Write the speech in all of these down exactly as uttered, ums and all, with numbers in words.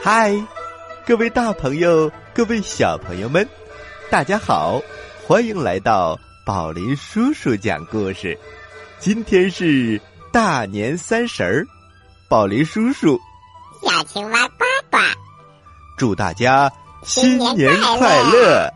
嗨，各位大朋友，各位小朋友们，大家好，欢迎来到宝林叔叔讲故事。今天是大年三十儿，宝林叔叔小青蛙呱呱祝大家新年快乐。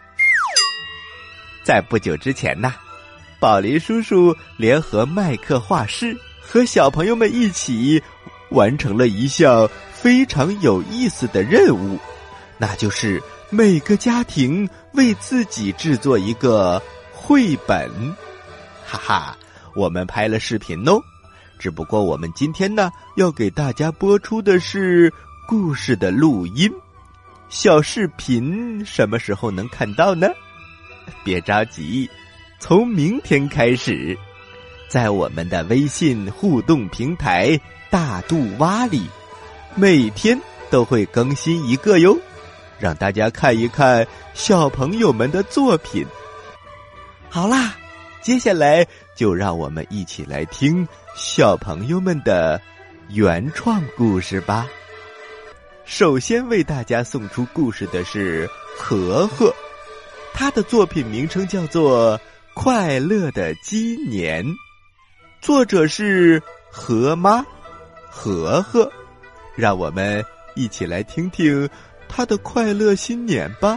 在不久之前呢，宝林叔叔联合麦克画室和小朋友们一起完成了一项非常有意思的任务，那就是每个家庭为自己制作一个绘本。哈哈，我们拍了视频哦，只不过我们今天呢要给大家播出的是故事的录音。小视频什么时候能看到呢？别着急，从明天开始，在我们的微信互动平台大肚蛙里，每天都会更新一个哟，让大家看一看小朋友们的作品。好啦，接下来就让我们一起来听小朋友们的原创故事吧。首先为大家送出故事的是和和，他的作品名称叫做《快乐的鸡年》，作者是何妈和和，让我们一起来听听他的快乐新年吧。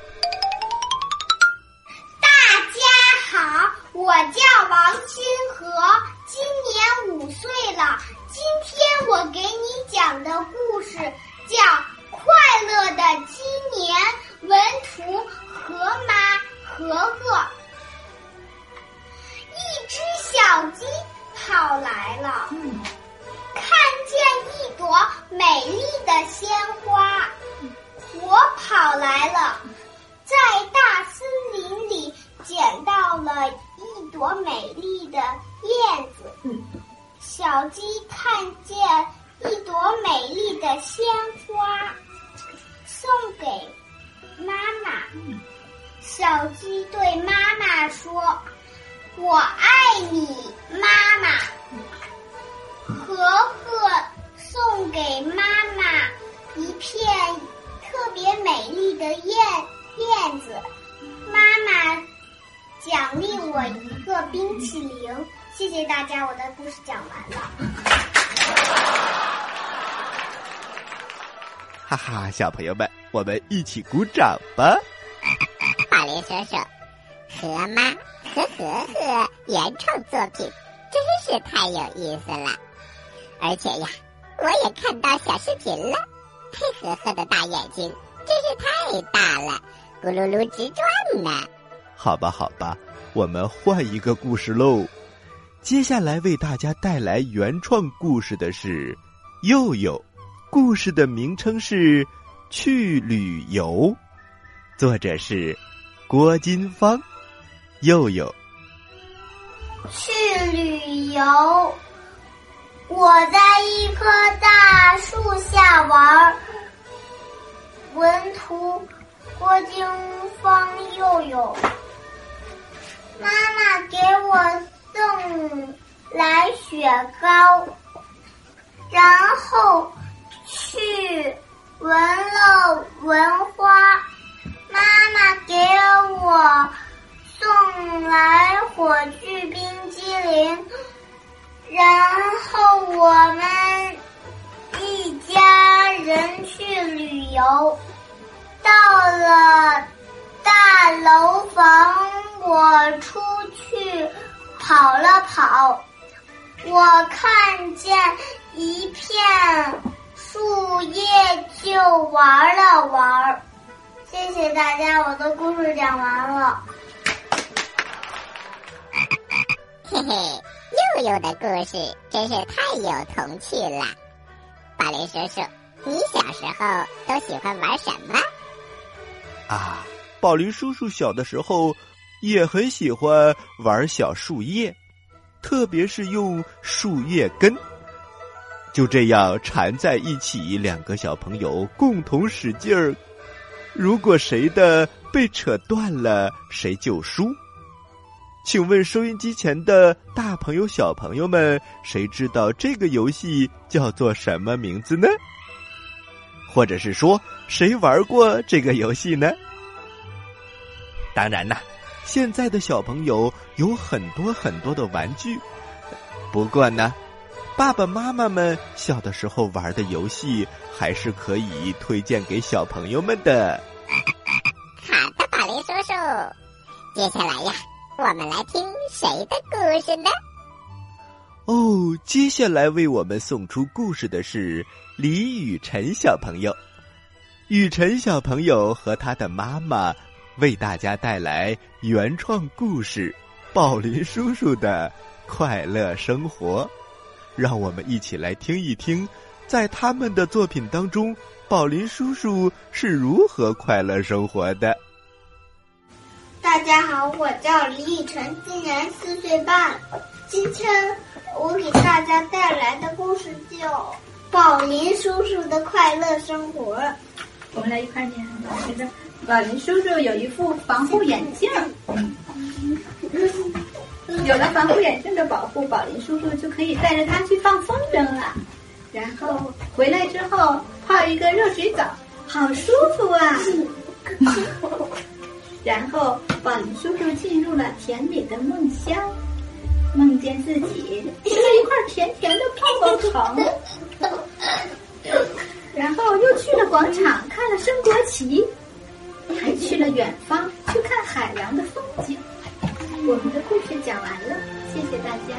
大家好，我叫王金和，今年五岁了。今天我给你讲的故事叫《快乐的鸡年》，文图何妈和和。一只小鸡跑来了，嗯看见一朵美丽的鲜花，我跑来了，在大森林里捡到了一朵美丽的叶子。小鸡看见一朵美丽的鲜花，送给妈妈。小鸡对妈妈说：“我爱你，妈妈。”和和送给妈妈一片特别美丽的叶叶子，妈妈奖励我一个冰淇淋。谢谢大家，我的故事讲完了。 哈哈，小朋友们，我们一起鼓掌吧。 宝林叔叔，和妈和和和原创作品真是太有意思了。而且呀，我也看到小视频了，嘿，和和的大眼睛真是太大了，咕噜噜直转呢。 好吧好吧，我们换一个故事喽。接下来为大家带来原创故事的是佑佑，故事的名称是去旅游，作者是郭金芳。佑佑， 去旅游，我在一棵大树下玩。文图郭金芳佑佑。妈妈给我送来雪糕，然后去闻了闻花。妈妈给我送来火炬冰激凌，然后我们一家人去旅游。到了大楼房，我出去跑了跑，我看见一片树叶就玩了玩。谢谢大家，我的故事讲完了。 嘿嘿，佑佑的故事真是太有童趣了。宝林叔叔，你小时候都喜欢玩什么？ 啊，宝林叔叔小的时候也很喜欢玩小树叶，特别是用树叶根，就这样缠在一起，两个小朋友共同使劲儿，如果谁的被扯断了，谁就输。请问收音机前的大朋友小朋友们，谁知道这个游戏叫做什么名字呢？ 或者是说谁玩过这个游戏呢？当然啦，现在的小朋友有很多很多的玩具，不过呢，爸爸妈妈们小的时候玩的游戏还是可以推荐给小朋友们的。 好的，宝林叔叔，接下来呀，我们来听谁的故事呢？ 哦，接下来为我们送出故事的是李雨辰小朋友。雨辰小朋友和他的妈妈为大家带来原创故事《宝林叔叔的快乐生活》，让我们一起来听一听，在他们的作品当中，宝林叔叔是如何快乐生活的。 大家好，我叫李雨辰，今年四岁半。今天我给大家带来的故事叫《宝林叔叔的快乐生活》。 我们来一块念。这个宝林叔叔有一副防护眼镜，有了防护眼镜的保护，宝林叔叔就可以带着它去放风筝了。然后回来之后泡一个热水澡，好舒服啊！然后宝林叔叔进入了甜美的梦乡，梦见自己吃了一块甜甜的泡泡糖，然后又去了广场看了升国旗，还去了远方去看海洋的风景。我们的故事讲完了，谢谢大家。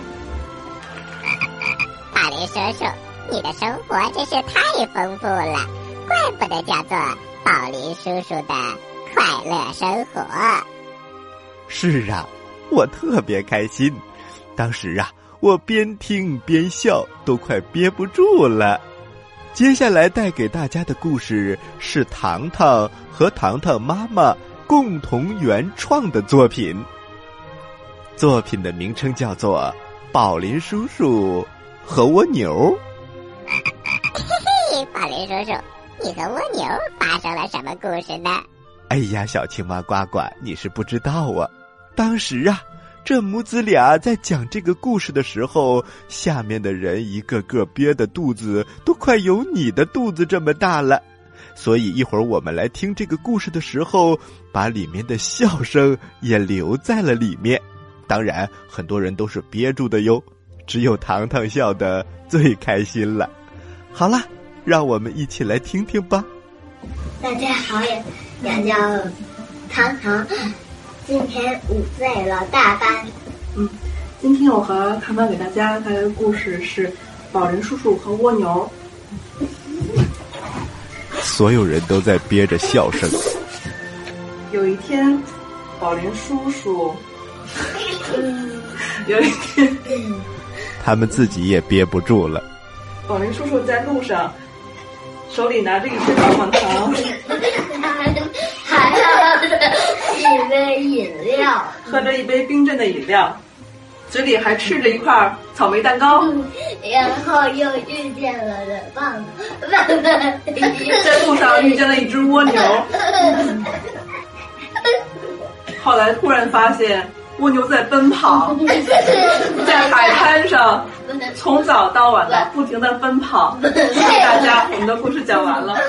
宝林叔叔，你的生活真是太丰富了，怪不得叫做宝林叔叔的快乐生活。 是啊，我特别开心。当时啊，我边听边笑，都快憋不住了。接下来带给大家的故事是糖糖和糖糖妈妈共同原创的作品。作品的名称叫做《宝林叔叔和蜗牛》。 嘿嘿，宝林叔叔，你和蜗牛发生了什么故事呢？ 哎呀，小青蛙呱呱，你是不知道啊。当时啊，这母子俩在讲这个故事的时候，下面的人一个个憋的肚子都快有你的肚子这么大了。所以一会儿我们来听这个故事的时候，把里面的笑声也留在了里面。当然，很多人都是憋住的哟，只有糖糖笑得最开心了。好了，让我们一起来听听吧。 大家好，我叫糖糖，今天五岁了，大班。 嗯，今天我和糖糖给大家带来的故事是《宝林叔叔和蜗牛》。 所有人都在憋着笑声。 有一天，宝林叔叔，嗯，有一天， 他们自己也憋不住了。 宝林叔叔在路上，手里拿着一支棒棒糖， 还有一杯饮料， 喝着一杯冰镇的饮料，嘴里还吃着一块草莓蛋糕， 然后又遇见了棒棒棒， 在路上遇见了一只蜗牛。后来突然发现蜗牛在奔跑，在海滩上从早到晚的不停的奔跑。谢谢大家，我们的故事讲完了。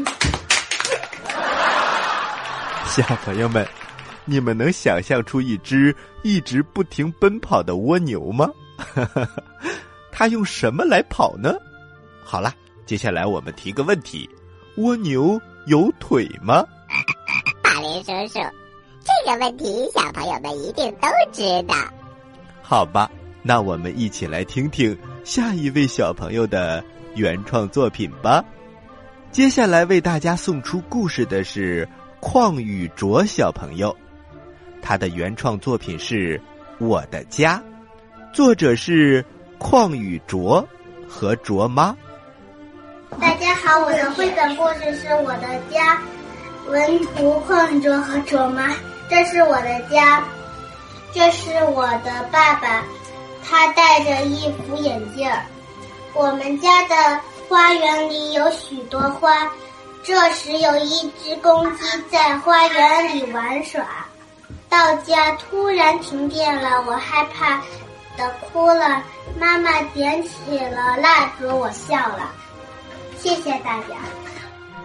小朋友们，你们能想象出一只一直不停奔跑的蜗牛吗？它用什么来跑呢？好啦，接下来我们提个问题：蜗牛有腿吗？ 宝林叔叔，这个问题小朋友们一定都知道。 好吧，那我们一起来听听下一位小朋友的原创作品吧。接下来为大家送出故事的是邝宇卓小朋友，他的原创作品是《我的家》，作者是邝宇卓和卓妈。 大家好，我的绘本故事是我的家，文图邝宇卓和卓妈。这是我的家，这是我的爸爸，他戴着一副眼镜儿。我们家的花园里有许多花，这时有一只公鸡在花园里玩耍。到家突然停电了，我害怕的哭了。妈妈点起了蜡烛，我笑了。谢谢大家。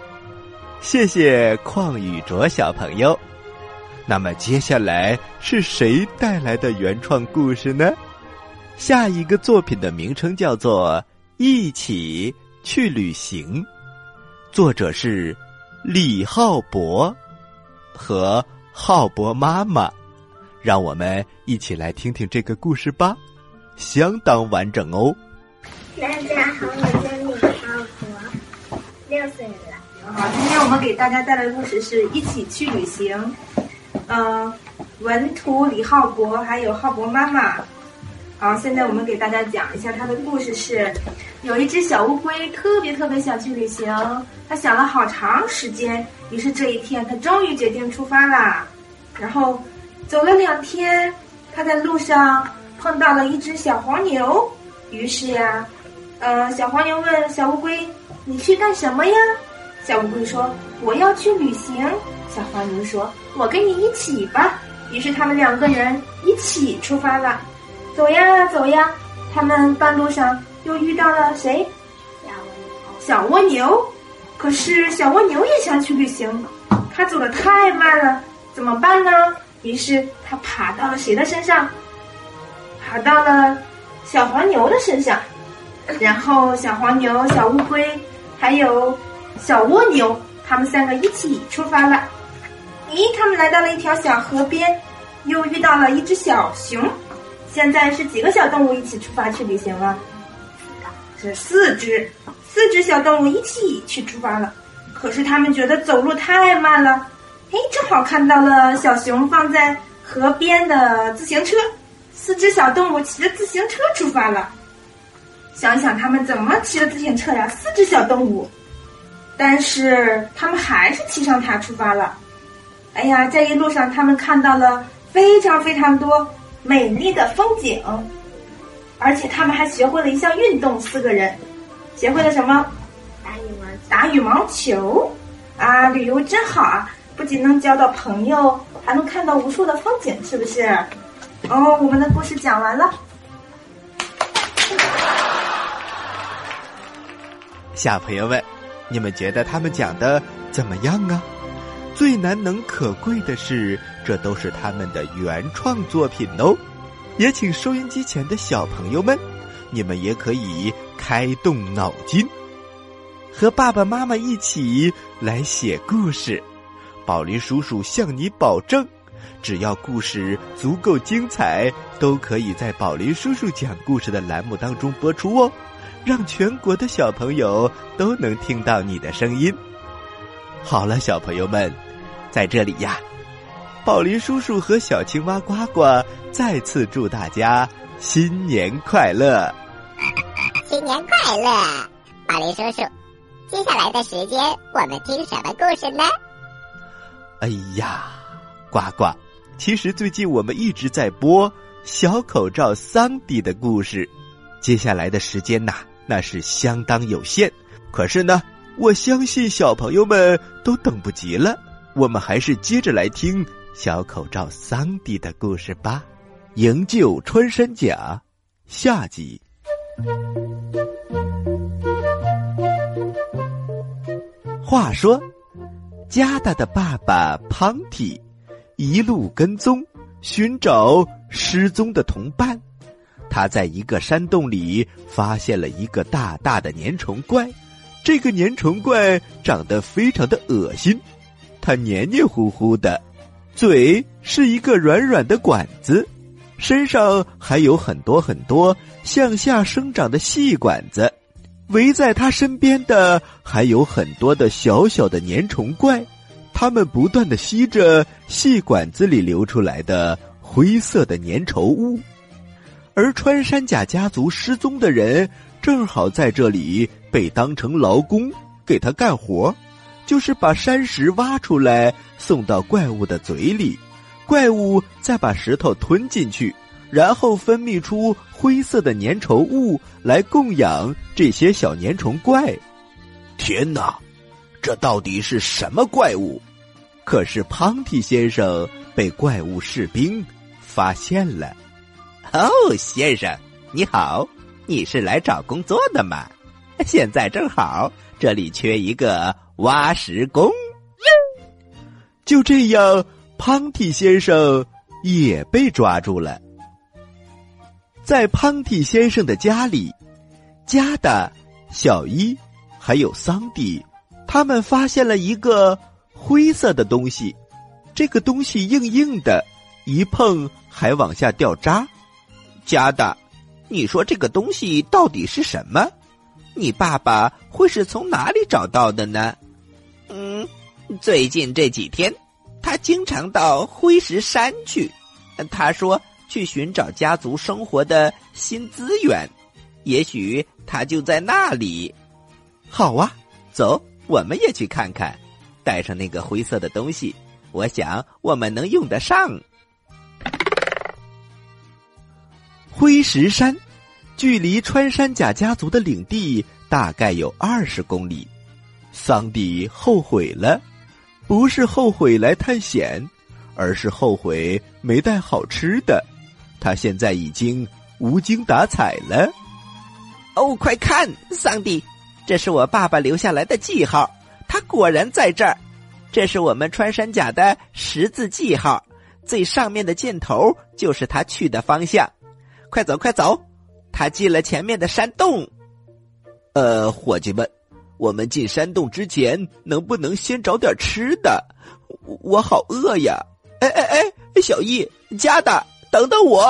谢谢邝宇卓小朋友。那么接下来是谁带来的原创故事呢？下一个作品的名称叫做《一起去旅行》，作者是李浩博和浩博妈妈。让我们一起来听听这个故事吧，相当完整哦。 大家好，我叫李浩博，六岁了。 好，今天我们给大家带来的故事是一起去旅行。嗯、呃，文图李浩博还有浩博妈妈。好，现在我们给大家讲一下他的故事是：有一只小乌龟特别特别想去旅行，他想了好长时间，于是这一天他终于决定出发啦。然后走了两天，他在路上碰到了一只小黄牛，于是呀，呃，小黄牛问小乌龟：“你去干什么呀？”小乌龟说：“我要去旅行。”小黄牛说：“我跟你一起吧。”于是他们两个人一起出发了。走呀走呀，他们半路上又遇到了谁？小蜗牛。可是小蜗牛也想去旅行，他走得太慢了，怎么办呢？于是他爬到了谁的身上？爬到了小黄牛的身上。然后小黄牛、小乌龟还有小蜗牛，他们三个一起出发了。咦，他们来到了一条小河边，又遇到了一只小熊。现在是几个小动物一起出发去旅行了？是四只，四只小动物一起去出发了。可是他们觉得走路太慢了。哎，正好看到了小熊放在河边的自行车，四只小动物骑着自行车出发了。想想他们怎么骑着自行车呀？四只小动物，但是他们还是骑上它出发了。哎呀，在一路上他们看到了非常非常多美丽的风景，而且他们还学会了一项运动。四个人学会了什么？ 打羽毛球。 打羽毛球啊！旅游真好啊，不仅能交到朋友，还能看到无数的风景，是不是？哦，我们的故事讲完了。 小朋友们，你们觉得他们讲的怎么样啊？最难能可贵的是，这都是他们的原创作品哦。也请收音机前的小朋友们，你们也可以开动脑筋，和爸爸妈妈一起来写故事。宝林叔叔向你保证，只要故事足够精彩，都可以在宝林叔叔讲故事的栏目当中播出哦，让全国的小朋友都能听到你的声音。好了，小朋友们，在这里呀，宝林叔叔和小青蛙呱呱再次祝大家新年快乐！ 新年快乐，宝林叔叔。接下来的时间，我们听什么故事呢？ 哎呀，呱呱，其实最近我们一直在播小口罩桑迪的故事，接下来的时间呐，那是相当有限。可是呢，我相信小朋友们都等不及了，我们还是接着来听小口罩桑迪的故事吧。营救穿山甲下集。话说加达的爸爸庞提一路跟踪寻找失踪的同伴，他在一个山洞里发现了一个大大的粘虫怪。这个粘虫怪长得非常的恶心，它黏黏糊糊的，嘴是一个软软的管子，身上还有很多很多向下生长的细管子。围在它身边的还有很多的小小的粘虫怪，它们不断地吸着细管子里流出来的灰色的粘稠物。而穿山甲家族失踪的人正好在这里被当成劳工给他干活，就是把山石挖出来送到怪物的嘴里，怪物再把石头吞进去，然后分泌出灰色的粘稠物来供养这些小粘虫怪。天哪，这到底是什么怪物？可是庞提先生被怪物士兵发现了。哦，先生，你好，你是来找工作的吗？现在正好，这里缺一个挖石工， 就这样，胖体先生也被抓住了。在胖体先生的家里，加达、小伊还有桑迪，他们发现了一个灰色的东西。这个东西硬硬的，一碰还往下掉渣。 加达，你说这个东西到底是什么？你爸爸会是从哪里找到的呢？嗯，最近这几天，他经常到灰石山去。他说去寻找家族生活的新资源，也许他就在那里。好啊，走，我们也去看看。带上那个灰色的东西，我想我们能用得上。 灰石山距离穿山甲家族的领地大概有二十公里。桑迪后悔了，不是后悔来探险，而是后悔没带好吃的。他现在已经无精打采了。 哦，快看，桑迪，这是我爸爸留下来的记号，他果然在这儿。这是我们穿山甲的十字记号，最上面的箭头就是他去的方向。快走快走，他进了前面的山洞。 呃，伙计们，我们进山洞之前能不能先找点吃的？我, 我好饿呀！ 哎哎哎，小易、加达，等等我！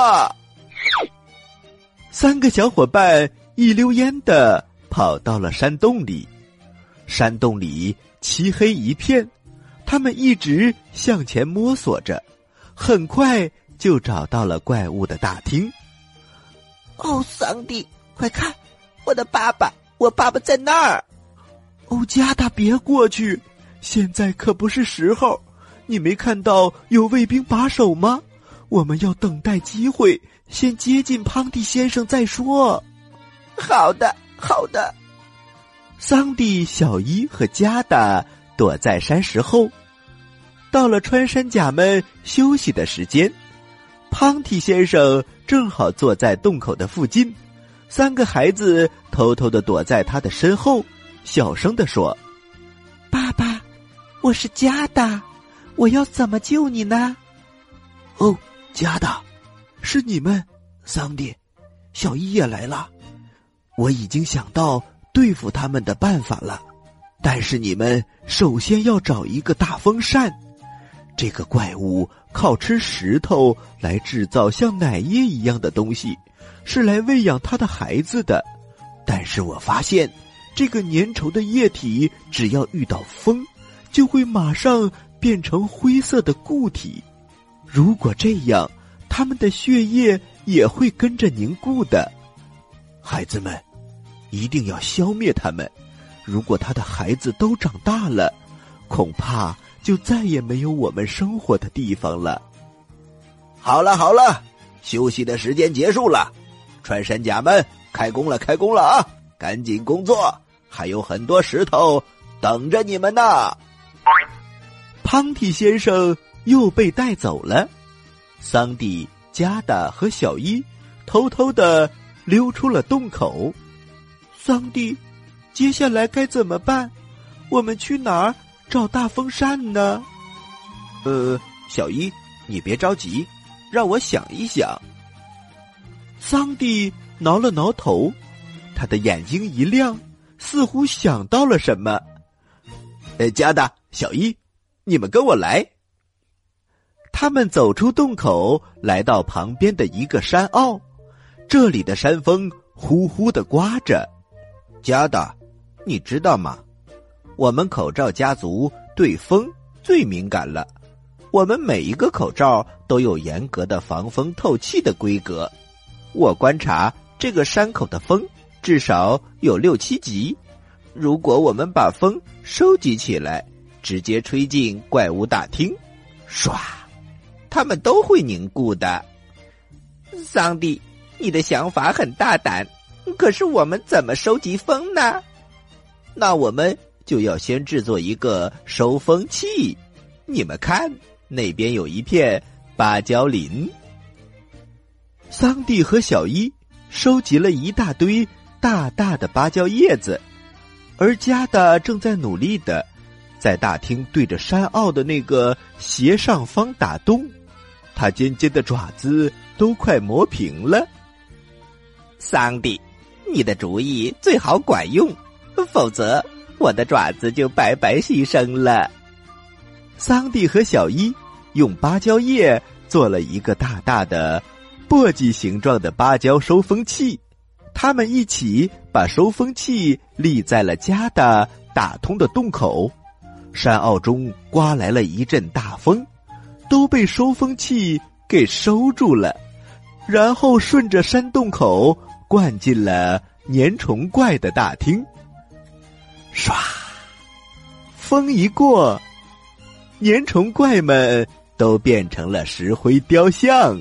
三个小伙伴一溜烟的跑到了山洞里。山洞里漆黑一片，他们一直向前摸索着，很快就找到了怪物的大厅。 哦，桑迪，快看，我的爸爸，我爸爸在那儿。 哦，加达，别过去，现在可不是时候。你没看到有卫兵把守吗？我们要等待机会，先接近胖迪先生再说。 好的，好的。 桑迪、小伊和加达躲在山石后。到了穿山甲们休息的时间，胖迪先生正好坐在洞口的附近，三个孩子偷偷地躲在他的身后，小声地说： 爸爸，我是加达，我要怎么救你呢？ 哦，加达，是你们，桑迪，小伊也来了。我已经想到对付他们的办法了，但是你们首先要找一个大风扇。这个怪物靠吃石头来制造像奶液一样的东西，是来喂养他的孩子的。但是我发现，这个粘稠的液体只要遇到风，就会马上变成灰色的固体。如果这样，他们的血液也会跟着凝固的。孩子们，一定要消灭他们。如果他的孩子都长大了，恐怕就再也没有我们生活的地方了。 好了好了，休息的时间结束了，穿山甲们开工了开工了啊！赶紧工作，还有很多石头等着你们呢。 胖体先生又被带走了，桑迪、加达和小伊偷偷地溜出了洞口。桑迪，接下来该怎么办？我们去哪儿找大风扇呢？ 呃，小伊，你别着急，让我想一想。 桑迪挠了挠头，他的眼睛一亮，似乎想到了什么。 呃，加达、小伊，你们跟我来。 他们走出洞口，来到旁边的一个山坳，这里的山风呼呼地刮着。 加达，你知道吗？我们口罩家族对风最敏感了，我们每一个口罩都有严格的防风透气的规格。我观察这个山口的风至少有六七级，如果我们把风收集起来，直接吹进怪物大厅，唰，它们都会凝固的。桑迪，你的想法很大胆，可是我们怎么收集风呢？那我们就要先制作一个收风器。你们看，那边有一片芭蕉林。 桑迪和小伊收集了一大堆大大的芭蕉叶子，而加达正在努力的在大厅对着山坳的那个斜上方打洞，它尖尖的爪子都快磨平了。 桑迪，你的主意最好管用，否则我的爪子就白白牺牲了。 桑迪和小伊用芭蕉叶做了一个大大的簸箕形状的芭蕉收风器，他们一起把收风器立在了家的打通的洞口。山坳中刮来了一阵大风，都被收风器给收住了，然后顺着山洞口灌进了粘虫怪的大厅。唰，风一过，粘虫怪们都变成了石灰雕像。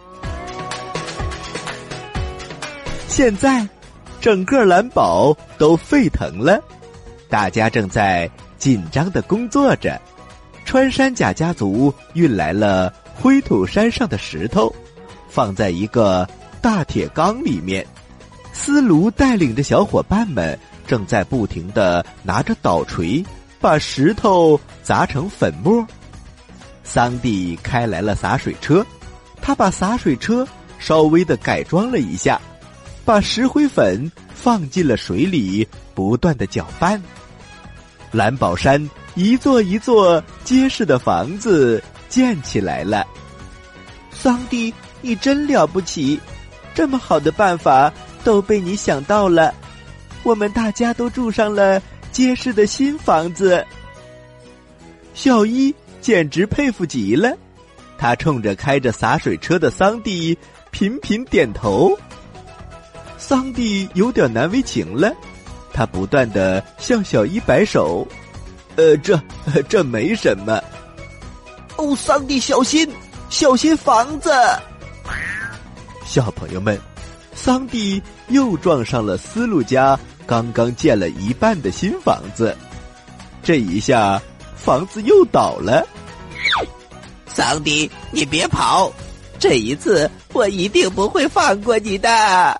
现在整个蓝堡都沸腾了，大家正在紧张地工作着。穿山甲家族运来了灰土山上的石头，放在一个大铁缸里面。斯卢带领着小伙伴们正在不停地拿着捣锤把石头砸成粉末。桑迪开来了洒水车，他把洒水车稍微的改装了一下，把石灰粉放进了水里，不断的搅拌。蓝宝山一座一座结实的房子建起来了。桑迪，你真了不起，这么好的办法都被你想到了，我们大家都住上了结实的新房子。小伊简直佩服极了，他冲着开着洒水车的桑迪频频点头。桑迪有点难为情了，他不断地向小伊摆手，呃，这这没什么。哦，桑迪小心，小心房子！小朋友们，桑迪又撞上了斯路家刚刚建了一半的新房子，这一下房子又倒了。 桑迪，你别跑，这一次我一定不会放过你的。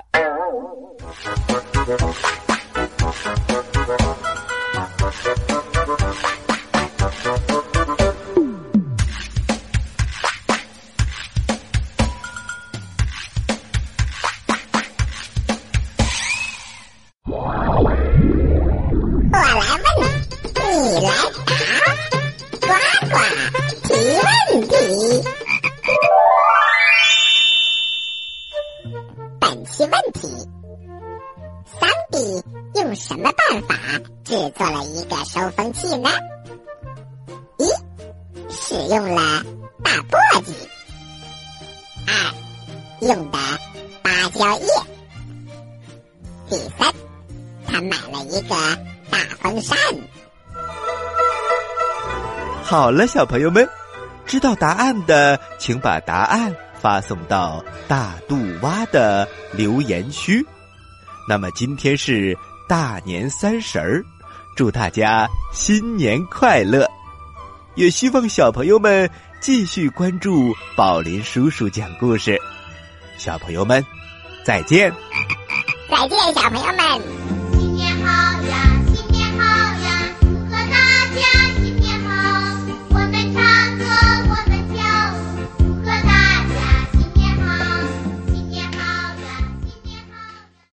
本期问题：桑迪用什么办法制作了一个收风器呢？一、使用了大簸箕；二、用的芭蕉叶；第三，他买了一个大风扇。 好了，小朋友们，知道答案的请把答案发送到大肚蛙的留言区。那么今天是大年三十儿，祝大家新年快乐！也希望小朋友们继续关注宝林叔叔讲故事。小朋友们，再见！ 再见，小朋友们。